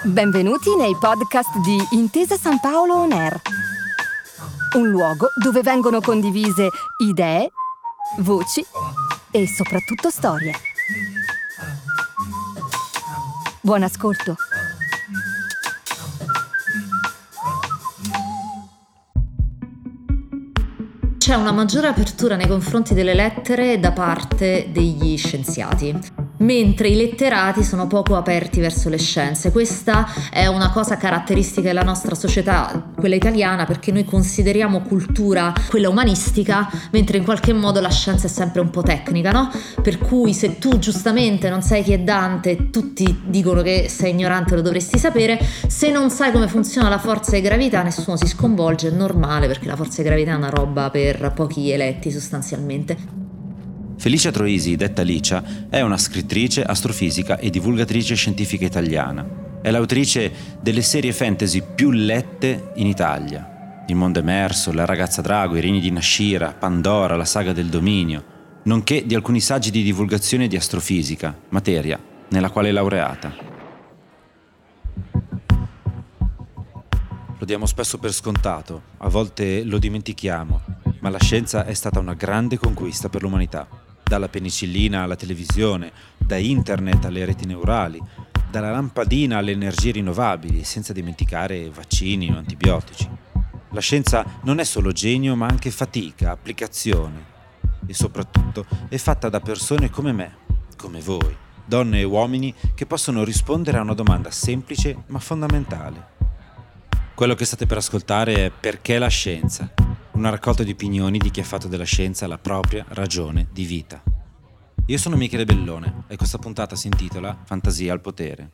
Benvenuti nei podcast di Intesa San Paolo On Air, un luogo dove vengono condivise idee, voci e soprattutto storie. Buon ascolto. C'è una maggiore apertura nei confronti delle lettere da parte degli scienziati, mentre i letterati sono poco aperti verso le scienze. Questa è una cosa caratteristica della nostra società, quella italiana, perché noi consideriamo cultura quella umanistica, mentre in qualche modo la scienza è sempre un po' tecnica, no? Per cui se tu giustamente non sai chi è Dante, tutti dicono che sei ignorante, lo dovresti sapere. Se non sai come funziona la forza di gravità, nessuno si sconvolge, è normale, perché la forza di gravità è una roba per pochi eletti sostanzialmente. Felicia Troisi, detta Licia, è una scrittrice, astrofisica e divulgatrice scientifica italiana. È l'autrice delle serie fantasy più lette in Italia: Il mondo emerso, La ragazza drago, I regni di Nashira, Pandora, La saga del dominio, nonché di alcuni saggi di divulgazione di astrofisica, materia nella quale è laureata. Lo diamo spesso per scontato, a volte lo dimentichiamo, ma la scienza è stata una grande conquista per l'umanità. Dalla penicillina alla televisione, da internet alle reti neurali, dalla lampadina alle energie rinnovabili, senza dimenticare vaccini o antibiotici. La scienza non è solo genio, ma anche fatica, applicazione. E soprattutto è fatta da persone come me, come voi, donne e uomini che possono rispondere a una domanda semplice ma fondamentale. Quello che state per ascoltare è Perché la scienza? Una raccolta di opinioni di chi ha fatto della scienza la propria ragione di vita. Io sono Michele Bellone e questa puntata si intitola Fantasia al potere.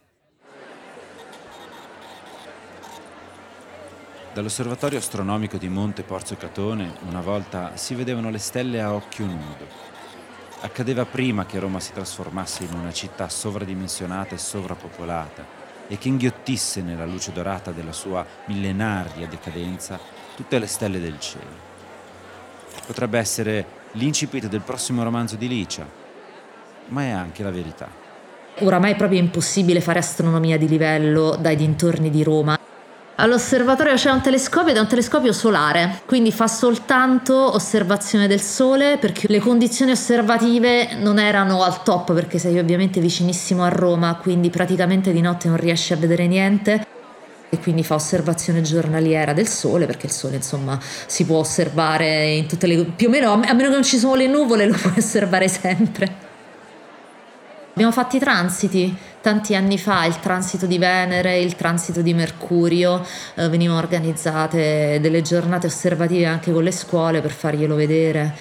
Dall'osservatorio astronomico di Monte Porzio Catone una volta si vedevano le stelle a occhio nudo. Accadeva prima che Roma si trasformasse in una città sovradimensionata e sovrappopolata e che inghiottisse nella luce dorata della sua millenaria decadenza tutte le stelle del cielo. Potrebbe essere l'incipit del prossimo romanzo di Licia, ma è anche la verità. Oramai è proprio impossibile fare astronomia di livello dai dintorni di Roma. All'osservatorio c'è un telescopio ed è un telescopio solare, quindi fa soltanto osservazione del sole, perché le condizioni osservative non erano al top, perché sei ovviamente vicinissimo a Roma, quindi praticamente di notte non riesci a vedere niente. E quindi fa osservazione giornaliera del sole, perché il sole insomma si può osservare in tutte le, più o meno, a meno che non ci sono le nuvole, lo puoi osservare sempre. Abbiamo fatto i transiti tanti anni fa, il transito di Venere, il transito di Mercurio, venivano organizzate delle giornate osservative anche con le scuole per farglielo vedere.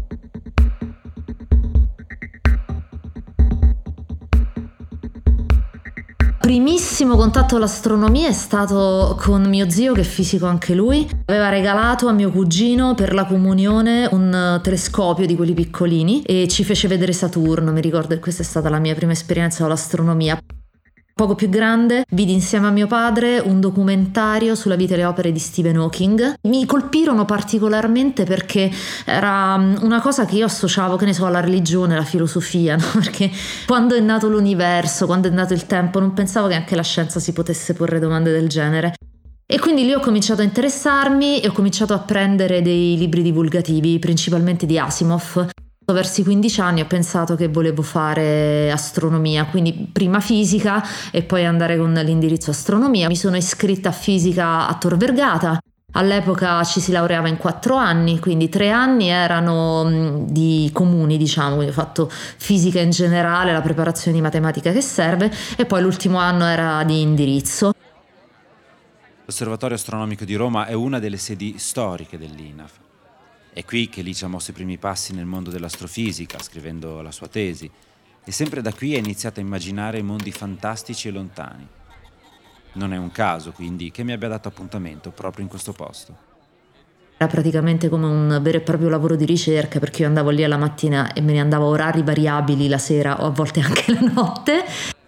Primissimo contatto all'astronomia è stato con mio zio, che è fisico anche lui. Aveva regalato a mio cugino per la comunione un telescopio di quelli piccolini e ci fece vedere Saturno. Mi ricordo che questa è stata la mia prima esperienza con l'astronomia. Poco più grande vidi insieme a mio padre un documentario sulla vita e le opere di Stephen Hawking. Mi colpirono particolarmente perché era una cosa che io associavo, che ne so, alla religione, alla filosofia, no? Perché quando è nato l'universo, quando è nato il tempo, non pensavo che anche la scienza si potesse porre domande del genere. E quindi lì ho cominciato a interessarmi e ho cominciato a prendere dei libri divulgativi, principalmente di Asimov. Verso i 15 anni ho pensato che volevo fare astronomia, quindi prima fisica e poi andare con l'indirizzo astronomia. Mi sono iscritta a fisica a Tor Vergata. All'epoca ci si laureava in 4 anni, quindi 3 anni erano di comuni, diciamo, quindi ho fatto fisica in generale, la preparazione di matematica che serve, e poi l'ultimo anno era di indirizzo. L'Osservatorio Astronomico di Roma è una delle sedi storiche dell'INAF. È qui che Licia ha mosso i primi passi nel mondo dell'astrofisica, scrivendo la sua tesi, e sempre da qui ha iniziato a immaginare mondi fantastici e lontani. Non è un caso, quindi, che mi abbia dato appuntamento proprio in questo posto. Era praticamente come un vero e proprio lavoro di ricerca, perché io andavo lì alla mattina e me ne andavo a orari variabili la sera o a volte anche la notte.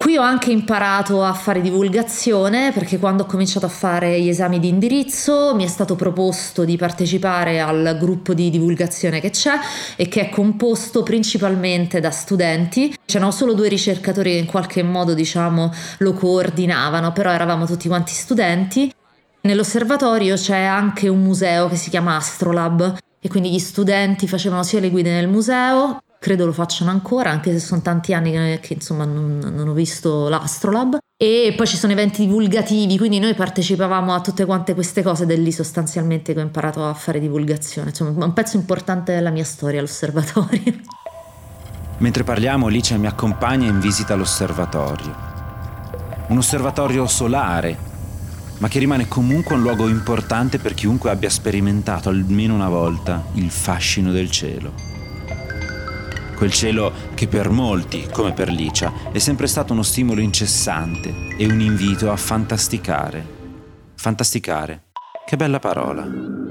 Qui ho anche imparato a fare divulgazione, perché quando ho cominciato a fare gli esami di indirizzo mi è stato proposto di partecipare al gruppo di divulgazione che c'è e che è composto principalmente da studenti. C'erano solo 2 ricercatori che in qualche modo, diciamo, lo coordinavano, però eravamo tutti quanti studenti. Nell'osservatorio c'è anche un museo che si chiama Astrolab e quindi gli studenti facevano sia le guide nel museo, credo lo facciano ancora, anche se sono tanti anni che insomma non ho visto l'Astrolab, e poi ci sono eventi divulgativi, quindi noi partecipavamo a tutte quante queste cose, ed è lì sostanzialmente che ho imparato a fare divulgazione. Insomma, un pezzo importante della mia storia, l'osservatorio. Mentre parliamo, Licia mi accompagna in visita all'osservatorio. Un osservatorio solare, ma che rimane comunque un luogo importante per chiunque abbia sperimentato almeno una volta il fascino del cielo. Quel cielo che per molti, come per Licia, è sempre stato uno stimolo incessante e un invito a fantasticare. Fantasticare, che bella parola.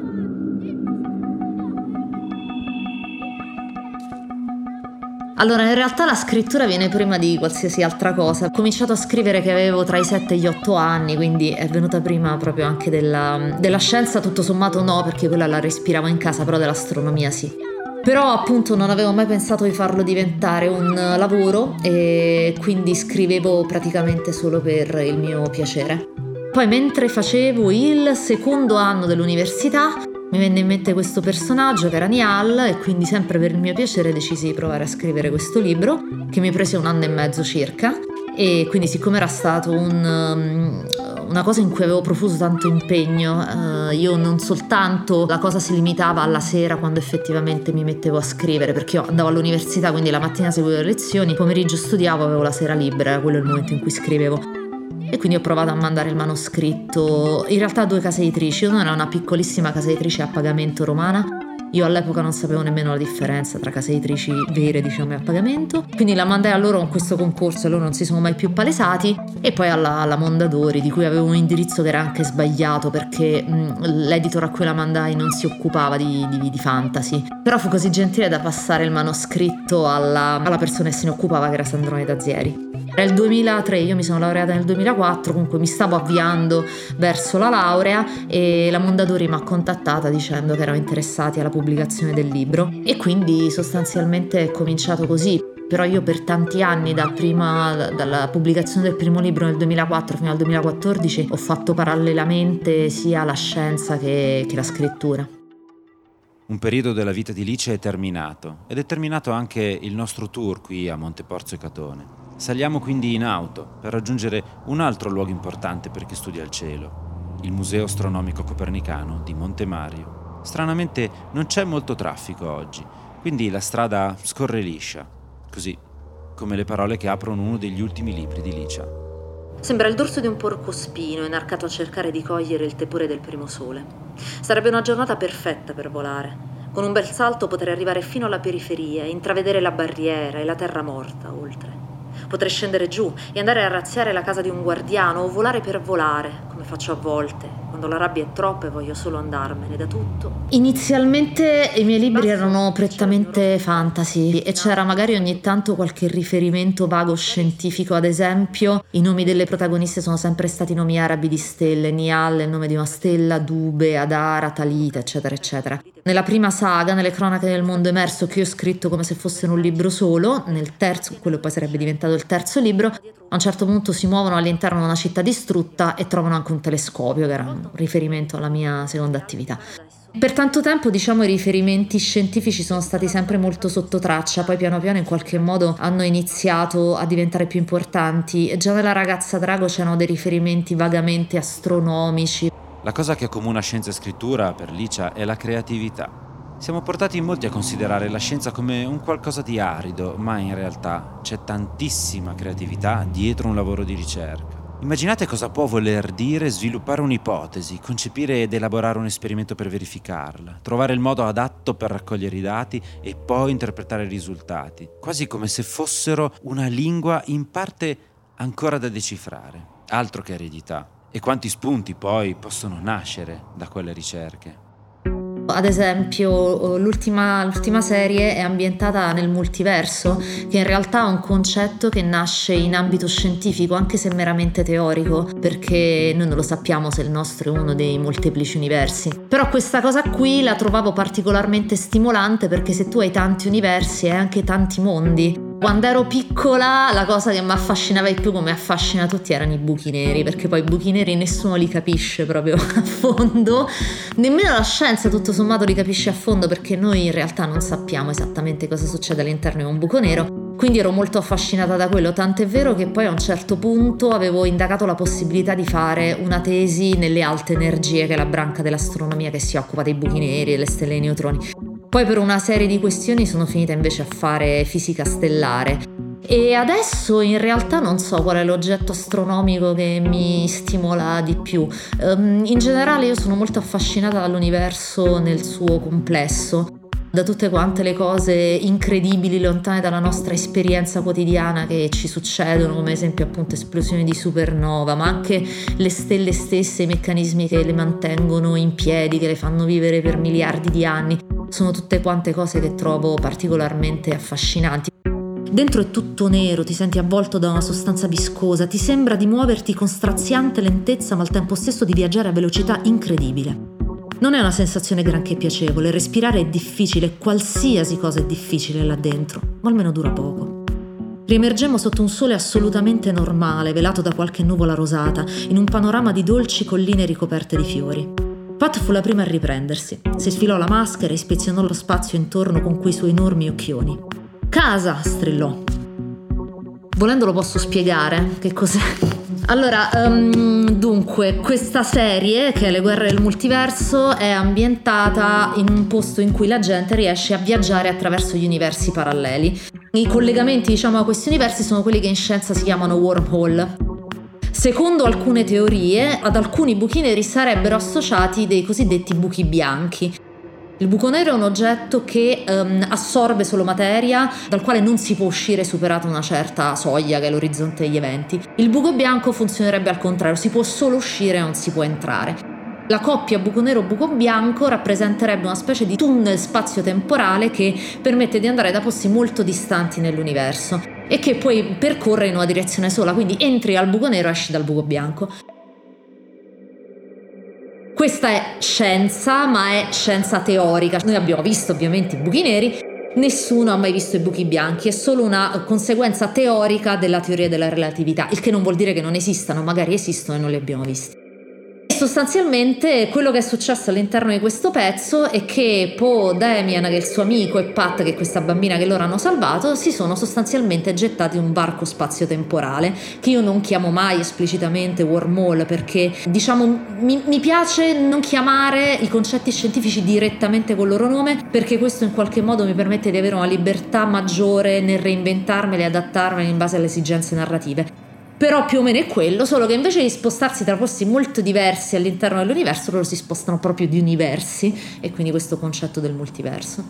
Allora, in realtà la scrittura viene prima di qualsiasi altra cosa. Ho cominciato a scrivere che avevo tra i 7 e gli 8 anni, quindi è venuta prima proprio anche della scienza, tutto sommato no, perché quella la respiravo in casa, però dell'astronomia sì. Però appunto non avevo mai pensato di farlo diventare un lavoro e quindi scrivevo praticamente solo per il mio piacere. Poi mentre facevo il secondo anno dell'università mi venne in mente questo personaggio che era Niall e quindi sempre per il mio piacere decisi di provare a scrivere questo libro che mi prese 1 anno e mezzo circa. E quindi siccome era stato una cosa in cui avevo profuso tanto impegno, io non soltanto la cosa si limitava alla sera quando effettivamente mi mettevo a scrivere, perché io andavo all'università, quindi la mattina seguivo le lezioni, pomeriggio studiavo, avevo la sera libera, era quello il momento in cui scrivevo. E quindi ho provato a mandare il manoscritto in realtà a 2 case editrici. Una era una piccolissima casa editrice a pagamento romana. Io all'epoca non sapevo nemmeno la differenza tra case editrici vere, diciamo, e a pagamento. Quindi la mandai a loro con questo concorso e loro non si sono mai più palesati. E poi alla Mondadori, di cui avevo un indirizzo che era anche sbagliato perché l'editor a cui la mandai non si occupava di fantasy. Però fu così gentile da passare il manoscritto alla persona che se ne occupava, che era Sandrone Dazieri. Era il 2003, io mi sono laureata nel 2004, comunque mi stavo avviando verso la laurea e la Mondadori mi ha contattata dicendo che erano interessati alla pubblicazione del libro e quindi sostanzialmente è cominciato così. Però io per tanti anni, dalla pubblicazione del primo libro nel 2004 fino al 2014, ho fatto parallelamente sia la scienza che la scrittura. Un periodo della vita di Licia è terminato ed è terminato anche il nostro tour qui a Monte Porzio Catone. Saliamo quindi in auto per raggiungere un altro luogo importante per chi studia il cielo, il Museo Astronomico Copernicano di Monte Mario. Stranamente non c'è molto traffico oggi, quindi la strada scorre liscia, così come le parole che aprono uno degli ultimi libri di Licia. Sembra il dorso di un porcospino inarcato a cercare di cogliere il tepore del primo sole. Sarebbe una giornata perfetta per volare. Con un bel salto potrei arrivare fino alla periferia, intravedere la barriera e la terra morta oltre. Potrei scendere giù e andare a razziare la casa di un guardiano o volare per volare, come faccio a volte, quando la rabbia è troppa e voglio solo andarmene da tutto. Inizialmente i miei libri erano prettamente fantasy e c'era magari ogni tanto qualche riferimento vago scientifico, ad esempio i nomi delle protagoniste sono sempre stati nomi arabi di stelle, Niall è il nome di una stella, Dube, Adara, Talita, eccetera eccetera. Nella prima saga, nelle cronache del mondo emerso, che io ho scritto come se fosse un libro solo, nel terzo, quello poi sarebbe diventato il terzo libro, a un certo punto si muovono all'interno di una città distrutta e trovano anche un telescopio, che era un riferimento alla mia seconda attività. Per tanto tempo, diciamo, i riferimenti scientifici sono stati sempre molto sotto traccia, poi piano piano in qualche modo hanno iniziato a diventare più importanti. Già nella Ragazza Drago c'erano dei riferimenti vagamente astronomici. La cosa che accomuna scienza e scrittura per Licia è la creatività. Siamo portati in molti a considerare la scienza come un qualcosa di arido, ma in realtà c'è tantissima creatività dietro un lavoro di ricerca. Immaginate cosa può voler dire sviluppare un'ipotesi, concepire ed elaborare un esperimento per verificarla, trovare il modo adatto per raccogliere i dati e poi interpretare i risultati, quasi come se fossero una lingua in parte ancora da decifrare. Altro che aridità. E quanti spunti poi possono nascere da quelle ricerche. Ad esempio, l'ultima serie è ambientata nel multiverso, che in realtà è un concetto che nasce in ambito scientifico, anche se meramente teorico, perché noi non lo sappiamo se il nostro è uno dei molteplici universi. Però questa cosa qui la trovavo particolarmente stimolante, perché se tu hai tanti universi hai anche tanti mondi. Quando ero piccola la cosa che mi affascinava di più, come affascina tutti, erano i buchi neri, perché poi i buchi neri nessuno li capisce proprio a fondo, nemmeno la scienza tutto sommato li capisce a fondo, perché noi in realtà non sappiamo esattamente cosa succede all'interno di un buco nero. Quindi ero molto affascinata da quello, tant'è vero che poi a un certo punto avevo indagato la possibilità di fare una tesi nelle alte energie, che è la branca dell'astronomia che si occupa dei buchi neri e delle stelle dei neutroni. Poi per una serie di questioni sono finita invece a fare fisica stellare e adesso in realtà non so qual è l'oggetto astronomico che mi stimola di più. In generale io sono molto affascinata dall'universo nel suo complesso, da tutte quante le cose incredibili lontane dalla nostra esperienza quotidiana che ci succedono, come esempio appunto esplosioni di supernova, ma anche le stelle stesse, i meccanismi che le mantengono in piedi, che le fanno vivere per miliardi di anni. Sono tutte quante cose che trovo particolarmente affascinanti. Dentro è tutto nero, ti senti avvolto da una sostanza viscosa, ti sembra di muoverti con straziante lentezza ma al tempo stesso di viaggiare a velocità incredibile. Non è una sensazione granché piacevole, respirare è difficile, qualsiasi cosa è difficile là dentro, ma almeno dura poco. Riemergemmo sotto un sole assolutamente normale, velato da qualche nuvola rosata, in un panorama di dolci colline ricoperte di fiori. Pat fu la prima a riprendersi, si sfilò la maschera e ispezionò lo spazio intorno con quei suoi enormi occhioni. «Casa!» strillò. Volendo lo posso spiegare che cos'è. Allora, dunque, questa serie, che è Le guerre del multiverso, è ambientata in un posto in cui la gente riesce a viaggiare attraverso gli universi paralleli. I collegamenti, diciamo, a questi universi sono quelli che in scienza si chiamano wormhole. Secondo alcune teorie, ad alcuni buchi neri sarebbero associati dei cosiddetti buchi bianchi. Il buco nero è un oggetto che assorbe solo materia, dal quale non si può uscire superata una certa soglia, che è l'orizzonte degli eventi. Il buco bianco funzionerebbe al contrario, si può solo uscire e non si può entrare. La coppia buco nero-buco bianco rappresenterebbe una specie di tunnel spazio-temporale che permette di andare da posti molto distanti nell'universo e che puoi percorrere in una direzione sola, quindi entri al buco nero e esci dal buco bianco. Questa è scienza, ma è scienza teorica. Noi abbiamo visto ovviamente i buchi neri, nessuno ha mai visto i buchi bianchi, è solo una conseguenza teorica della teoria della relatività, il che non vuol dire che non esistano, magari esistono e non li abbiamo visti. Sostanzialmente quello che è successo all'interno di questo pezzo è che Poe, Damian, che è il suo amico, e Pat, che è questa bambina che loro hanno salvato, si sono sostanzialmente gettati in un varco spazio-temporale, che io non chiamo mai esplicitamente wormhole, perché diciamo mi piace non chiamare i concetti scientifici direttamente col loro nome, perché questo in qualche modo mi permette di avere una libertà maggiore nel reinventarmeli e adattarmeli in base alle esigenze narrative. Però più o meno è quello, solo che invece di spostarsi tra posti molto diversi all'interno dell'universo, loro si spostano proprio di universi, e quindi questo concetto del multiverso.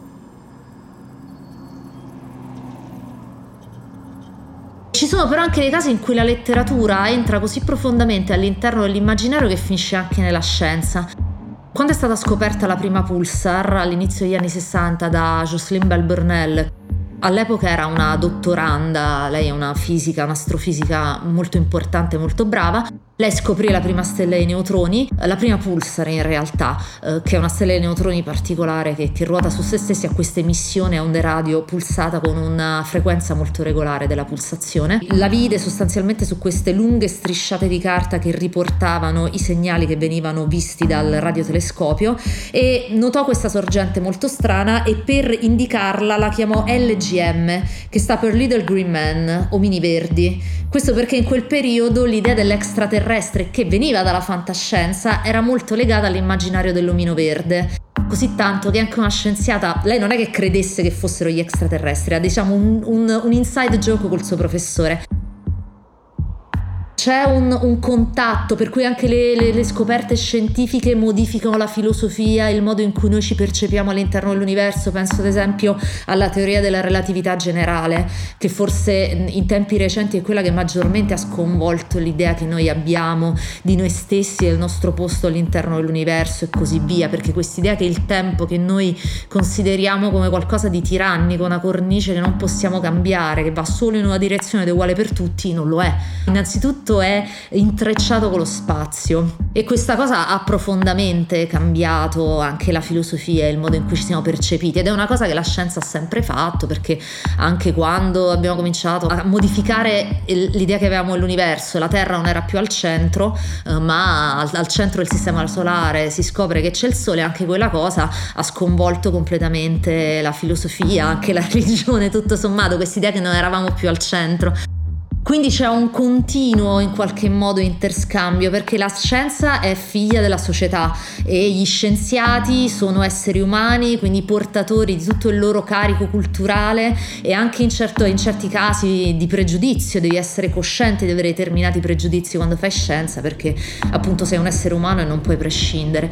Ci sono però anche dei casi in cui la letteratura entra così profondamente all'interno dell'immaginario che finisce anche nella scienza. Quando è stata scoperta la prima pulsar all'inizio degli anni 60 da Jocelyn Bell Burnell, all'epoca era una dottoranda, lei è una un'astrofisica molto importante, molto brava. Lei scoprì la prima stella dei neutroni, la prima pulsar in realtà, che è una stella dei neutroni particolare che ruota su se stessa, a questa emissione a onde radio pulsata con una frequenza molto regolare della pulsazione. La vide sostanzialmente su queste lunghe strisciate di carta che riportavano i segnali che venivano visti dal radiotelescopio e notò questa sorgente molto strana e per indicarla la chiamò LGM, che sta per Little Green Men, omini verdi. Questo perché in quel periodo l'idea dell'extraterrestre che veniva dalla fantascienza era molto legata all'immaginario dell'omino verde, così tanto che anche una scienziata, lei non è che credesse che fossero gli extraterrestri, ha diciamo un inside joke col suo professore. c'è un contatto, per cui anche le scoperte scientifiche modificano la filosofia, il modo in cui noi ci percepiamo all'interno dell'universo. Penso ad esempio alla teoria della relatività generale, che forse in tempi recenti è quella che maggiormente ha sconvolto l'idea che noi abbiamo di noi stessi e il nostro posto all'interno dell'universo e così via, perché quest'idea che il tempo che noi consideriamo come qualcosa di tirannico, una cornice che non possiamo cambiare, che va solo in una direzione ed è uguale per tutti, non lo è. Innanzitutto è intrecciato con lo spazio, e questa cosa ha profondamente cambiato anche la filosofia e il modo in cui ci siamo percepiti, ed è una cosa che la scienza ha sempre fatto, perché anche quando abbiamo cominciato a modificare l'idea che avevamo dell'universo, la Terra non era più al centro, ma al centro del sistema solare, si scopre che c'è il Sole, anche quella cosa ha sconvolto completamente la filosofia, anche la religione, tutto sommato, quest'idea che non eravamo più al centro. Quindi c'è un continuo in qualche modo interscambio, perché la scienza è figlia della società e gli scienziati sono esseri umani, quindi portatori di tutto il loro carico culturale e anche in certi casi di pregiudizio. Devi essere cosciente di avere determinati pregiudizi quando fai scienza, perché appunto sei un essere umano e non puoi prescindere.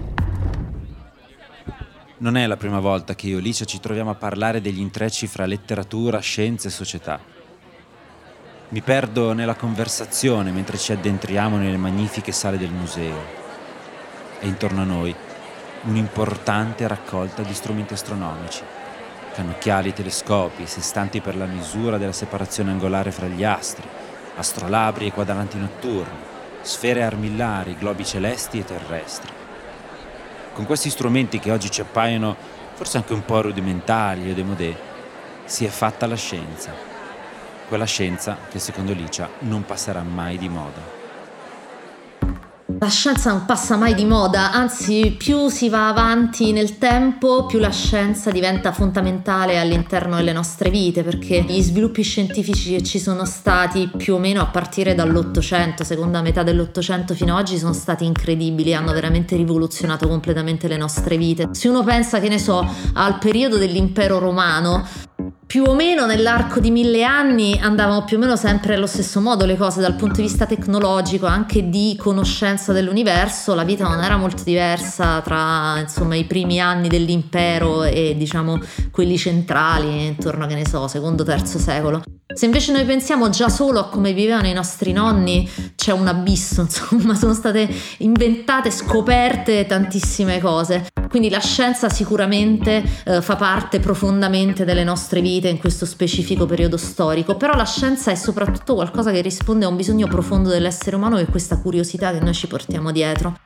Non è la prima volta che io e Licia ci troviamo a parlare degli intrecci fra letteratura, scienza e società. Mi perdo nella conversazione mentre ci addentriamo nelle magnifiche sale del museo. E intorno a noi un'importante raccolta di strumenti astronomici, cannocchiali, telescopi, sestanti per la misura della separazione angolare fra gli astri, astrolabri e quadranti notturni, sfere armillari, globi celesti e terrestri. Con questi strumenti che oggi ci appaiono forse anche un po' rudimentali e démodé, si è fatta la scienza. Quella scienza che secondo Licia non passerà mai di moda. La scienza non passa mai di moda, anzi più si va avanti nel tempo, più la scienza diventa fondamentale all'interno delle nostre vite, perché gli sviluppi scientifici che ci sono stati più o meno a partire dall'Ottocento, seconda metà dell'Ottocento fino ad oggi, sono stati incredibili, hanno veramente rivoluzionato completamente le nostre vite. Se uno pensa, che ne so, al periodo dell'impero romano, più o meno nell'arco di 1000 anni andavano più o meno sempre allo stesso modo le cose dal punto di vista tecnologico, anche di conoscenza dell'universo. La vita non era molto diversa tra, insomma, i primi anni dell'impero e, diciamo, quelli centrali intorno, che ne so, secondo, terzo secolo. Se invece noi pensiamo già solo a come vivevano i nostri nonni, c'è un abisso, insomma, sono state inventate, scoperte tantissime cose. Quindi la scienza sicuramente fa parte profondamente delle nostre vite in questo specifico periodo storico, però la scienza è soprattutto qualcosa che risponde a un bisogno profondo dell'essere umano, che è questa curiosità che noi ci portiamo dietro.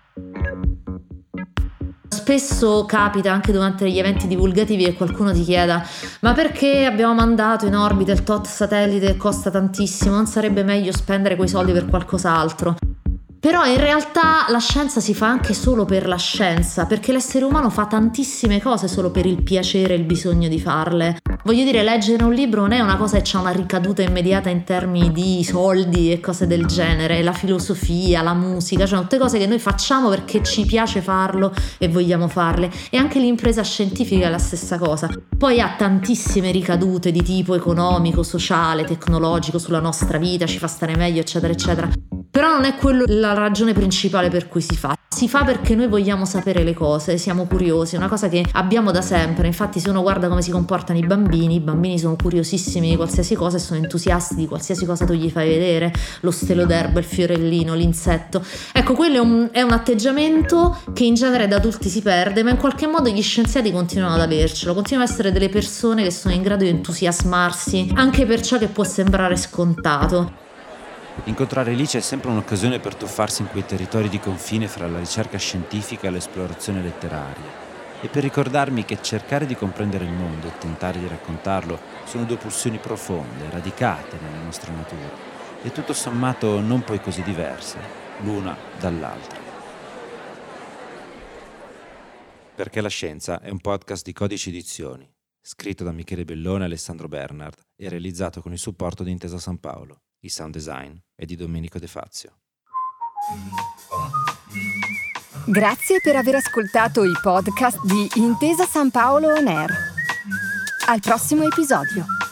Spesso capita anche durante gli eventi divulgativi che qualcuno ti chieda: ma perché abbiamo mandato in orbita il tot satellite che costa tantissimo, non sarebbe meglio spendere quei soldi per qualcos'altro? Però in realtà la scienza si fa anche solo per la scienza, perché l'essere umano fa tantissime cose solo per il piacere e il bisogno di farle. Voglio dire, leggere un libro non è una cosa che ha una ricaduta immediata in termini di soldi e cose del genere. La filosofia, la musica, cioè tutte cose che noi facciamo perché ci piace farlo e vogliamo farle. E anche l'impresa scientifica è la stessa cosa. Poi ha tantissime ricadute di tipo economico, sociale, tecnologico sulla nostra vita, ci fa stare meglio, eccetera, eccetera. Però non è quello la ragione principale per cui si fa. Si fa perché noi vogliamo sapere le cose, siamo curiosi, è una cosa che abbiamo da sempre. Infatti se uno guarda come si comportano i bambini sono curiosissimi di qualsiasi cosa e sono entusiasti di qualsiasi cosa tu gli fai vedere, lo stelo d'erba, il fiorellino, l'insetto. Ecco, quello è un atteggiamento che in genere da adulti si perde, ma in qualche modo gli scienziati continuano ad avercelo, continuano ad essere delle persone che sono in grado di entusiasmarsi anche per ciò che può sembrare scontato. Incontrare Licia è sempre un'occasione per tuffarsi in quei territori di confine fra la ricerca scientifica e l'esplorazione letteraria, e per ricordarmi che cercare di comprendere il mondo e tentare di raccontarlo sono due pulsioni profonde, radicate nella nostra natura, e tutto sommato non poi così diverse, l'una dall'altra. Perché la scienza è un podcast di Codici Edizioni, scritto da Michele Bellone e Alessandro Bernard e realizzato con il supporto di Intesa San Paolo. Il sound design è di Domenico De Fazio. Grazie per aver ascoltato i podcast di Intesa San Paolo On Air. Al prossimo episodio.